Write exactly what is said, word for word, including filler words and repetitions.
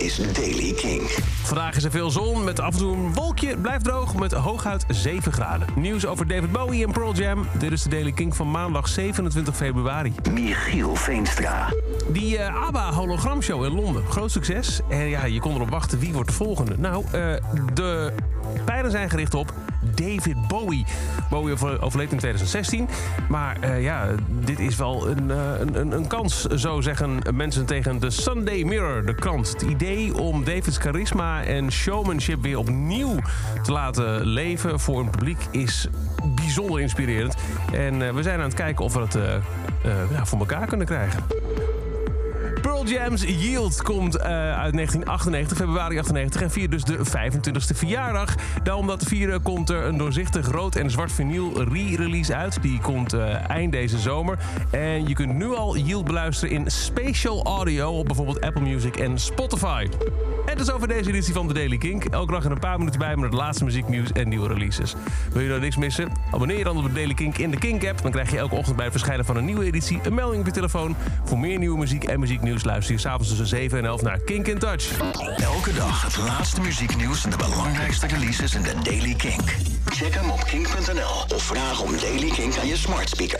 is Daily Kink. Vandaag is er veel zon met af en toe een wolkje. Het blijft droog met hooguit zeven graden. Nieuws over David Bowie en Pearl Jam. Dit is de Daily Kink van maandag zevenentwintig februari. Michiel Veenstra. Die uh, ABBA hologramshow in Londen. Groot succes. En ja, je kon erop wachten. Wie wordt de volgende? Nou, uh, de pijlen zijn gericht op David Bowie. Bowie overleed in twintig zestien. Maar uh, ja, dit is wel een, uh, een, een kans, zo zeggen mensen tegen de Sunday Mirror, de krant. Het idee om Davids charisma en showmanship weer opnieuw te laten leven voor een publiek is bijzonder inspirerend. En uh, we zijn aan het kijken of we het uh, uh, ja, voor elkaar kunnen krijgen. Pearl Jam's Yield komt uh, uit negentien achtennegentig, februari achtennegentig... en viert dus de vijfentwintigste verjaardag. Nou, om dat te vieren komt er een doorzichtig rood en zwart vinyl re-release uit. Die komt uh, eind deze zomer. En je kunt nu al Yield beluisteren in Spatial Audio op bijvoorbeeld Apple Music en Spotify. En dat is over deze editie van The Daily Kink. Elke dag er een paar minuten bij met het laatste muzieknieuws en nieuwe releases. Wil je nou niks missen? Abonneer je dan op de Daily Kink in de Kink-app. Dan krijg je elke ochtend bij het verschijnen van een nieuwe editie een melding op je telefoon. Voor meer nieuwe muziek en muzieknieuws luister je s'avonds tussen zeven en elf naar Kink in Touch. Elke dag het laatste muzieknieuws en de belangrijkste releases in de Daily Kink. Check hem op kink punt n l of vraag om Daily Kink aan je smart speaker.